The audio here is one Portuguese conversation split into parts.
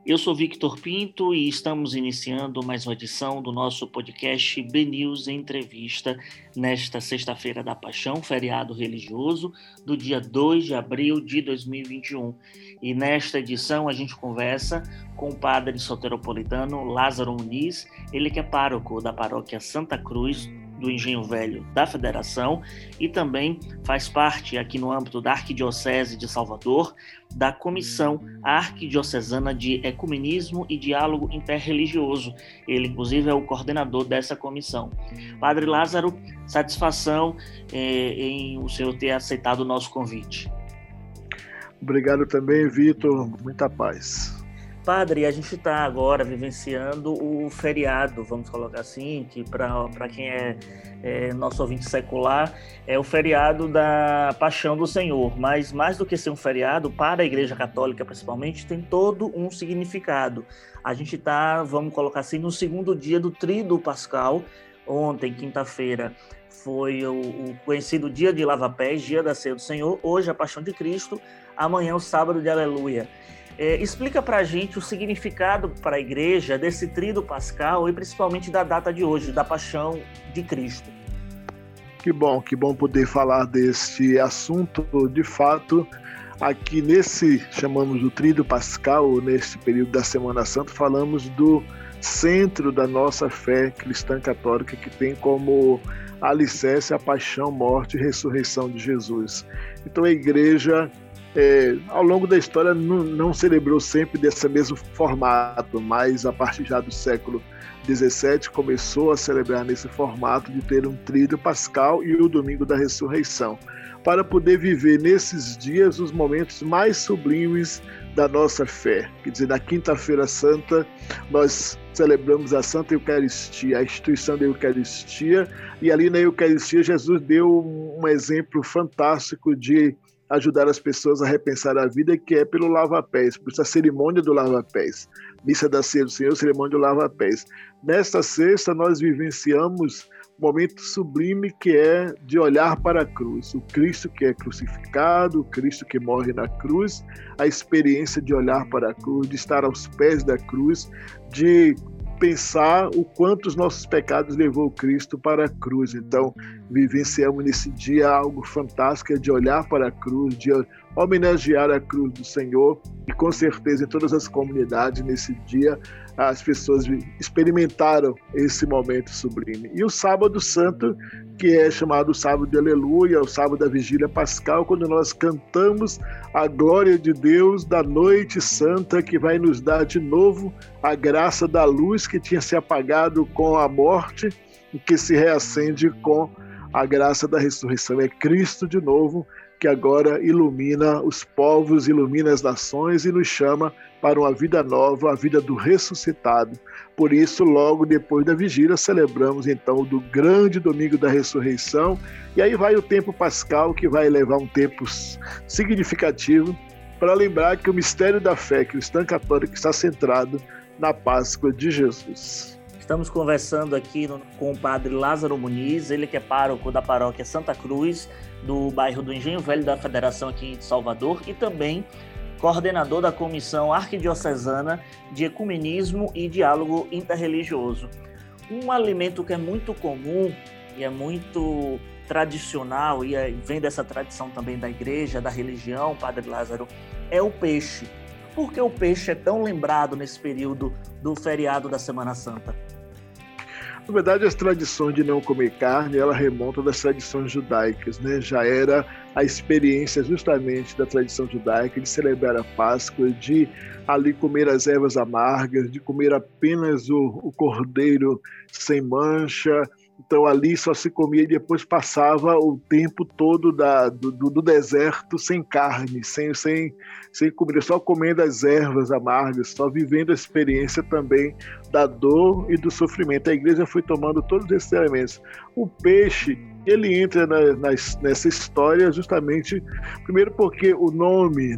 Eu sou Victor Pinto e estamos iniciando mais uma edição do nosso podcast BNews Entrevista nesta sexta-feira da Paixão, feriado religioso, do dia 2 de abril de 2021. E nesta edição a gente conversa com o padre soteropolitano Lázaro Muniz, ele que é pároco da paróquia Santa Cruz, do Engenho Velho da Federação e também faz parte aqui no âmbito da Arquidiocese de Salvador da Comissão Arquidiocesana de Ecumenismo e Diálogo Interreligioso. Ele, inclusive, é o coordenador dessa comissão. Padre Lázaro, satisfação em o senhor ter aceitado o nosso convite. Obrigado também, Vitor. Muita paz. Padre, a gente está agora vivenciando o feriado, vamos colocar assim, que para quem é nosso ouvinte secular, é o feriado da Paixão do Senhor. Mas mais do que ser um feriado, para a Igreja Católica principalmente, tem todo um significado. A gente está, vamos colocar assim, no segundo dia do Tríduo Pascal. Ontem, quinta-feira, foi o conhecido dia de Lava-Pés, dia da Ceia do Senhor. Hoje, a Paixão de Cristo. Amanhã, o sábado de Aleluia. Explica para a gente o significado para a Igreja desse Tríduo Pascal e principalmente da data de hoje, da Paixão de Cristo. Que bom poder falar deste assunto. De fato, aqui chamamos o Tríduo Pascal, neste período da Semana Santa, falamos do centro da nossa fé cristã católica, que tem como alicerce a paixão, morte e ressurreição de Jesus. Então a Igreja, ao longo da história, não celebrou sempre desse mesmo formato, mas a partir já do século XVII começou a celebrar nesse formato de ter um Tríduo Pascal e o Domingo da Ressurreição, para poder viver nesses dias os momentos mais sublimes da nossa fé. Quer dizer, na Quinta-feira Santa, nós celebramos a Santa Eucaristia, a instituição da Eucaristia, e ali na Eucaristia Jesus deu um exemplo fantástico de ajudar as pessoas a repensar a vida, que é pelo lava-pés, por essa cerimônia do lava-pés. Missa da Ceia do Senhor, cerimônia do lava-pés. Nesta sexta, nós vivenciamos um momento sublime que é de olhar para a cruz. O Cristo que é crucificado, o Cristo que morre na cruz, a experiência de olhar para a cruz, de estar aos pés da cruz, de pensar o quanto os nossos pecados levou Cristo para a cruz. Então, vivenciamos nesse dia algo fantástico, de olhar para a cruz, de homenagear a cruz do Senhor, e com certeza em todas as comunidades nesse dia as pessoas experimentaram esse momento sublime. E o Sábado Santo, que é chamado Sábado de Aleluia, o Sábado da Vigília Pascal, quando nós cantamos a glória de Deus da noite santa, que vai nos dar de novo a graça da luz que tinha se apagado com a morte e que se reacende com a graça da ressurreição. É Cristo de novo que agora ilumina os povos, ilumina as nações e nos chama para uma vida nova, a vida do ressuscitado. Por isso, logo depois da vigília, celebramos então do grande domingo da ressurreição, e aí vai o tempo pascal, que vai levar um tempo significativo para lembrar que o mistério da fé cristã católica está centrado na Páscoa de Jesus. Estamos conversando aqui com o padre Lázaro Muniz, ele que é pároco da paróquia Santa Cruz, do bairro do Engenho Velho da Federação aqui de Salvador, e também coordenador da Comissão Arquidiocesana de Ecumenismo e Diálogo Interreligioso. Um alimento que é muito comum e é muito tradicional, e vem dessa tradição também da igreja, da religião, padre Lázaro, é o peixe. Por que o peixe é tão lembrado nesse período do feriado da Semana Santa? Na verdade, as tradições de não comer carne, ela remonta das tradições judaicas, né? Já era a experiência justamente da tradição judaica de celebrar a Páscoa, de ali comer as ervas amargas, de comer apenas o cordeiro sem mancha. Então ali só se comia e depois passava o tempo todo do deserto sem carne, sem comer, só comendo as ervas amargas, só vivendo a experiência também da dor e do sofrimento. A igreja foi tomando todos esses elementos. O peixe, ele entra nessa história justamente, primeiro porque o nome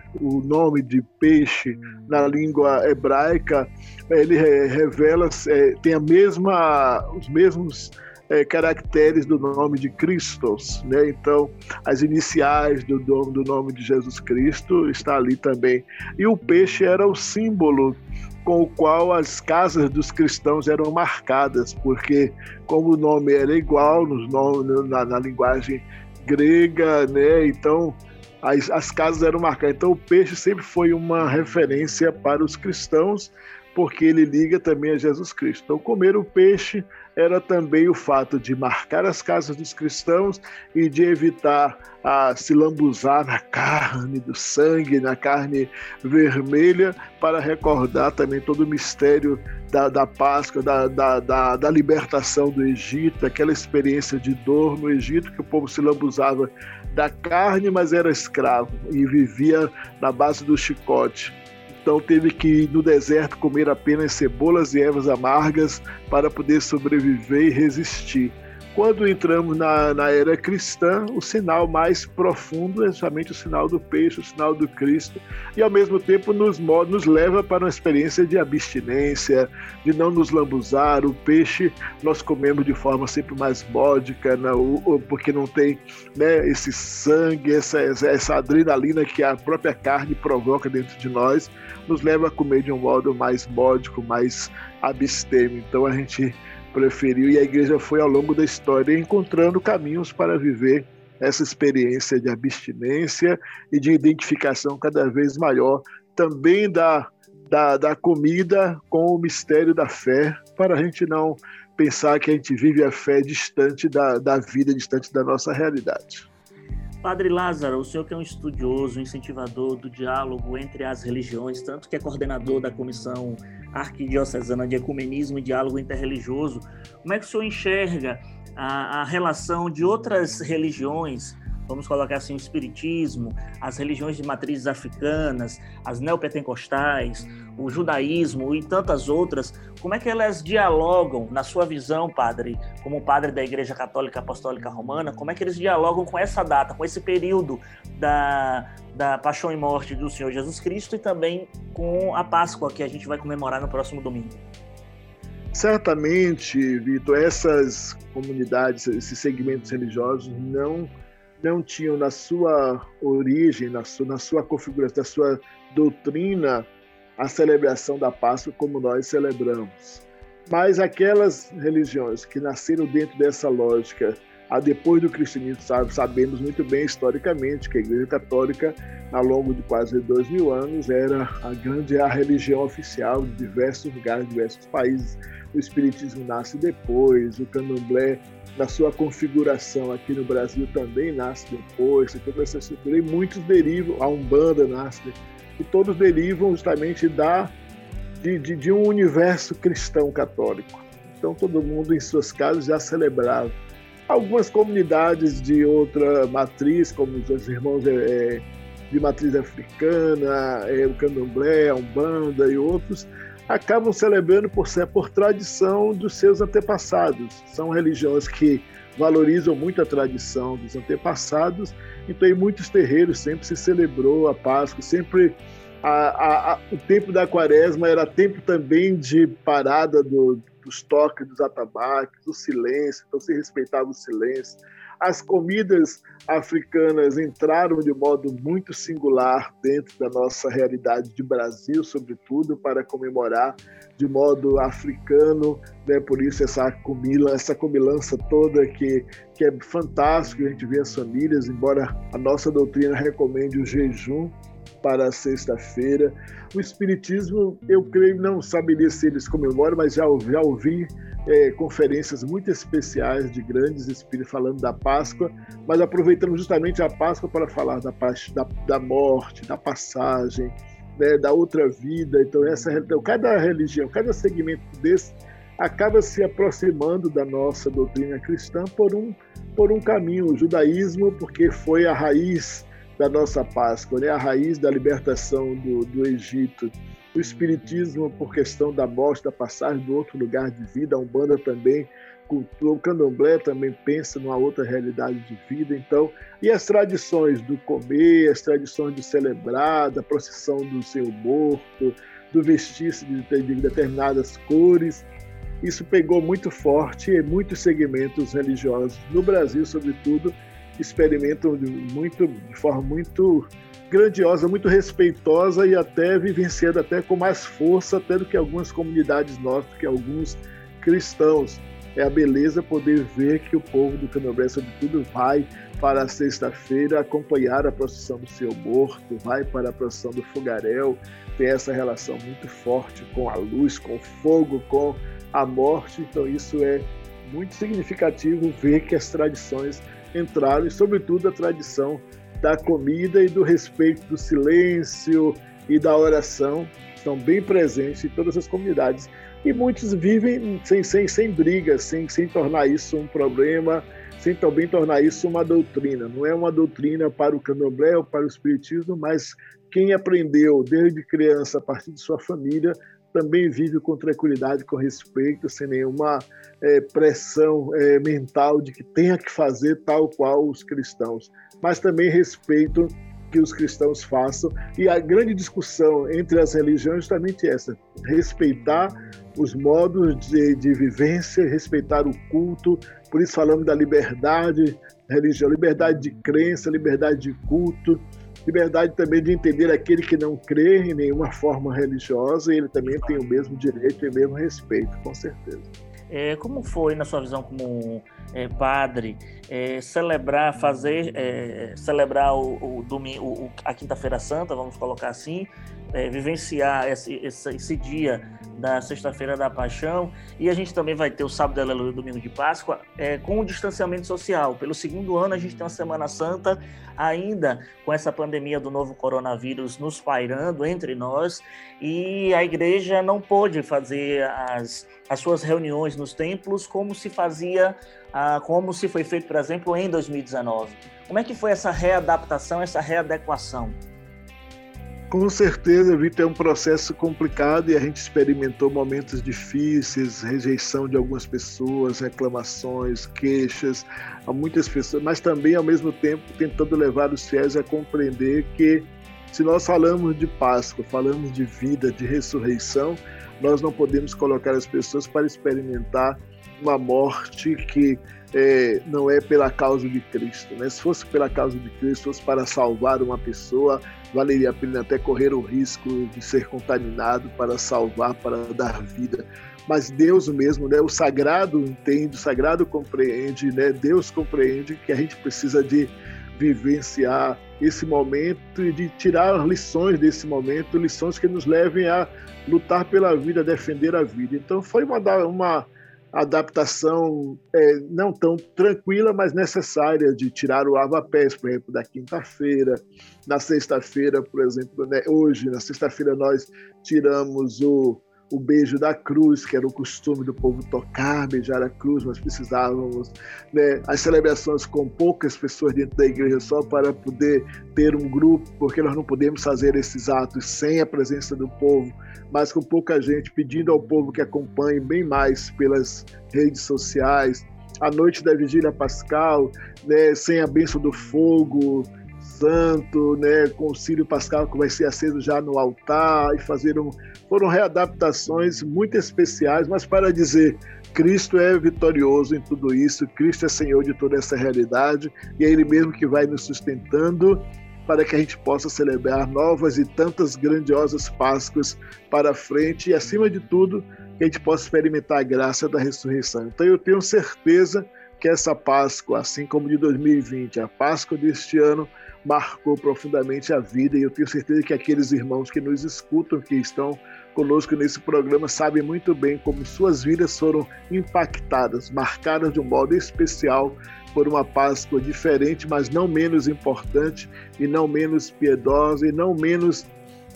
de peixe na língua hebraica, ele revela, tem os mesmos caracteres do nome de Christos, né? Então, as iniciais do nome de Jesus Cristo está ali também. E o peixe era o símbolo com o qual as casas dos cristãos eram marcadas, porque como o nome era igual na linguagem grega, né? Então as casas eram marcadas. Então o peixe sempre foi uma referência para os cristãos, porque ele liga também a Jesus Cristo. Então comer o peixe era também o fato de marcar as casas dos cristãos e de evitar se lambuzar na carne do sangue, na carne vermelha, para recordar também todo o mistério da Páscoa, da libertação do Egito, aquela experiência de dor no Egito, que o povo se lambuzava da carne, mas era escravo e vivia na base do chicote. Então teve que ir no deserto comer apenas cebolas e ervas amargas para poder sobreviver e resistir. Quando entramos na era cristã, o sinal mais profundo é justamente o sinal do peixe, o sinal do Cristo, e ao mesmo tempo nos leva para uma experiência de abstinência, de não nos lambuzar. O peixe nós comemos de forma sempre mais módica, porque não tem, né, esse sangue, essa adrenalina que a própria carne provoca dentro de nós, nos leva a comer de um modo mais módico, mais abstêmio. Então a gente preferiu, e a igreja foi ao longo da história encontrando caminhos para viver essa experiência de abstinência e de identificação cada vez maior também da comida com o mistério da fé, para a gente não pensar que a gente vive a fé distante da vida, distante da nossa realidade. Padre Lázaro, o senhor que é um estudioso, incentivador do diálogo entre as religiões, tanto que é coordenador da Comissão Arquidiocesana de Ecumenismo e Diálogo Interreligioso, como é que o senhor enxerga a relação de outras religiões, vamos colocar assim, o espiritismo, as religiões de matrizes africanas, as neopentecostais, o judaísmo e tantas outras, como é que elas dialogam, na sua visão, padre, como padre da Igreja Católica Apostólica Romana, como é que eles dialogam com essa data, com esse período da paixão e morte do Senhor Jesus Cristo e também com a Páscoa, que a gente vai comemorar no próximo domingo? Certamente, Vitor, essas comunidades, esses segmentos religiosos não tinham na sua origem, na sua configuração, na sua doutrina, a celebração da Páscoa como nós celebramos. Mas aquelas religiões que nasceram dentro dessa lógica, depois do cristianismo, sabemos muito bem historicamente que a Igreja Católica, ao longo de quase 2000 anos, era a religião oficial de diversos lugares, diversos países. O espiritismo nasce depois, o candomblé, na sua configuração aqui no Brasil, também nasce depois, toda essa estrutura, e muitos derivam, a Umbanda nasce, e todos derivam justamente de um universo cristão católico. Então todo mundo em suas casas já celebrava. Algumas comunidades de outra matriz, como os irmãos de matriz africana, o candomblé, a Umbanda e outros, acabam celebrando por tradição dos seus antepassados. São religiões que valorizam muito a tradição dos antepassados, então em muitos terreiros sempre se celebrou a Páscoa, sempre o tempo da Quaresma era tempo também de parada dos toques, dos atabaques, do silêncio, então se respeitava o silêncio. As comidas africanas entraram de modo muito singular dentro da nossa realidade de Brasil, sobretudo, para comemorar de modo africano, né? Por isso essa comilança toda que é fantástico, a gente vê as famílias, embora a nossa doutrina recomende o jejum para a sexta-feira. O espiritismo, eu creio, não saberia se eles comemoram, mas já ouvi conferências muito especiais de grandes espíritos falando da Páscoa, mas aproveitando justamente a Páscoa para falar da morte, da passagem, né, da outra vida. Então, cada religião, cada segmento desse acaba se aproximando da nossa doutrina cristã por um caminho. O judaísmo, porque foi a raiz da nossa Páscoa, né? A raiz da libertação do Egito. O espiritismo por questão da morte, da passagem do outro lugar de vida. A Umbanda também, o candomblé também pensa numa outra realidade de vida. Então, e as tradições do comer, as tradições de celebrar, da procissão do Senhor morto, do vestir-se de determinadas cores, isso pegou muito forte e muitos segmentos religiosos no Brasil, sobretudo, experimentam de forma muito grandiosa, muito respeitosa e até vivenciando até com mais força até do que algumas comunidades nossas, que alguns cristãos. É a beleza poder ver que o povo do Candomblé, sobretudo, vai para a sexta-feira acompanhar a procissão do Senhor Morto, vai para a procissão do Fogaréu, tem essa relação muito forte com a luz, com o fogo, com a morte. Então isso é muito significativo ver que as tradições entraram, e sobretudo a tradição da comida e do respeito do silêncio e da oração estão bem presentes em todas as comunidades. E muitos vivem sem brigas, sem tornar isso um problema, sem também tornar isso uma doutrina. Não é uma doutrina para o Candomblé ou para o Espiritismo, mas quem aprendeu desde criança, a partir de sua família, também vive com tranquilidade, com respeito, sem nenhuma pressão mental de que tenha que fazer tal qual os cristãos. Mas também respeito que os cristãos façam. E a grande discussão entre as religiões é justamente essa: respeitar os modos de vivência, respeitar o culto. Por isso falamos da liberdade religião, liberdade de crença, liberdade de culto, liberdade também de entender aquele que não crê em nenhuma forma religiosa, e ele também tem o mesmo direito e o mesmo respeito, com certeza. Como foi, na sua visão como padre, celebrar o domingo, a Quinta-feira Santa, vamos colocar assim, vivenciar esse dia da Sexta-feira da Paixão, e a gente também vai ter o Sábado, Aleluia, o Domingo de Páscoa, com o distanciamento social. Pelo segundo ano a gente tem uma Semana Santa, ainda com essa pandemia do novo coronavírus nos pairando entre nós, e a igreja não pôde fazer as suas reuniões nos templos como se foi feito, por exemplo, em 2019. Como é que foi essa readaptação, essa readequação? Com certeza, Vitor, é um processo complicado e a gente experimentou momentos difíceis, rejeição de algumas pessoas, reclamações, queixas a muitas pessoas, mas também, ao mesmo tempo, tentando levar os fiéis a compreender que, se nós falamos de Páscoa, falamos de vida, de ressurreição, nós não podemos colocar as pessoas para experimentar uma morte que não é pela causa de Cristo, né? Se fosse pela causa de Cristo, fosse para salvar uma pessoa, valeria a pena até correr o risco de ser contaminado para salvar, para dar vida. Mas Deus mesmo, né? O sagrado entende, o sagrado compreende, né? Deus compreende que a gente precisa de vivenciar esse momento e de tirar lições desse momento, lições que nos levem a lutar pela vida, a defender a vida. Então foi uma adaptação não tão tranquila, mas necessária, de tirar o lava-pés, por exemplo, da quinta-feira. Na sexta-feira, por exemplo, né, hoje, na sexta-feira, nós tiramos o beijo da cruz, que era o costume do povo tocar, beijar a cruz. Nós precisávamos, né, as celebrações com poucas pessoas dentro da igreja, só para poder ter um grupo, porque nós não podemos fazer esses atos sem a presença do povo, mas com pouca gente, pedindo ao povo que acompanhe bem mais pelas redes sociais. A noite da Vigília Pascal, né, sem a bênção do fogo santo, né, com o círio pascal que vai ser aceso já no altar, e foram readaptações muito especiais, mas para dizer: Cristo é vitorioso em tudo isso, Cristo é Senhor de toda essa realidade, e é Ele mesmo que vai nos sustentando para que a gente possa celebrar novas e tantas grandiosas Páscoas para frente, e, acima de tudo, que a gente possa experimentar a graça da ressurreição. Então eu tenho certeza que essa Páscoa, assim como de 2020, a Páscoa deste ano, marcou profundamente a vida, e eu tenho certeza que aqueles irmãos que nos escutam, que estão conosco nesse programa, sabem muito bem como suas vidas foram impactadas, marcadas de um modo especial por uma Páscoa diferente, mas não menos importante, e não menos piedosa, e não menos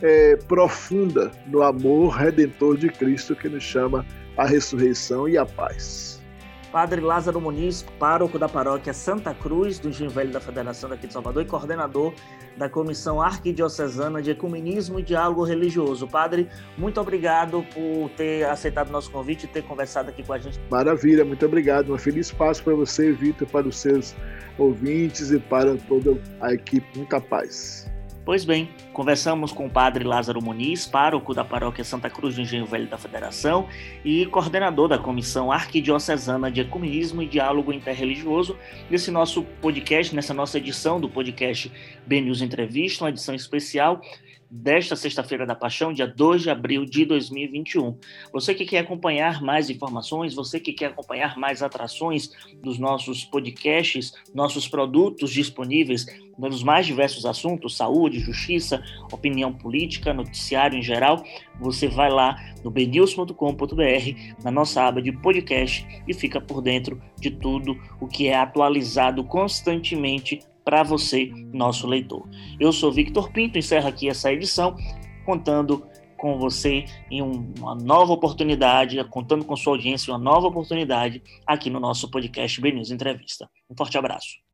profunda no amor redentor de Cristo, que nos chama à ressurreição e à paz. Padre Lázaro Muniz, pároco da paróquia Santa Cruz do Engenho Velho da Federação daqui de Salvador e coordenador da Comissão Arquidiocesana de Ecumenismo e Diálogo Religioso. Padre, muito obrigado por ter aceitado o nosso convite e ter conversado aqui com a gente. Maravilha, muito obrigado. Uma feliz Páscoa para você, Vitor, para os seus ouvintes e para toda a equipe. Muita paz. Pois bem, conversamos com o padre Lázaro Muniz, pároco da paróquia Santa Cruz do Engenho Velho da Federação e coordenador da Comissão Arquidiocesana de Ecumenismo e Diálogo Interreligioso, nesse nosso podcast, nessa nossa edição do podcast BNews Entrevista, uma edição especial desta Sexta-feira da Paixão, dia 2 de abril de 2021. Você que quer acompanhar mais informações, você que quer acompanhar mais atrações dos nossos podcasts, nossos produtos disponíveis nos mais diversos assuntos, saúde, justiça, opinião política, noticiário em geral, você vai lá no bnews.com.br, na nossa aba de podcast e fica por dentro de tudo o que é atualizado constantemente para você, nosso leitor. Eu sou Victor Pinto, encerro aqui essa edição, contando com você em uma nova oportunidade, contando com sua audiência, uma nova oportunidade aqui no nosso podcast BNews Entrevista. Um forte abraço.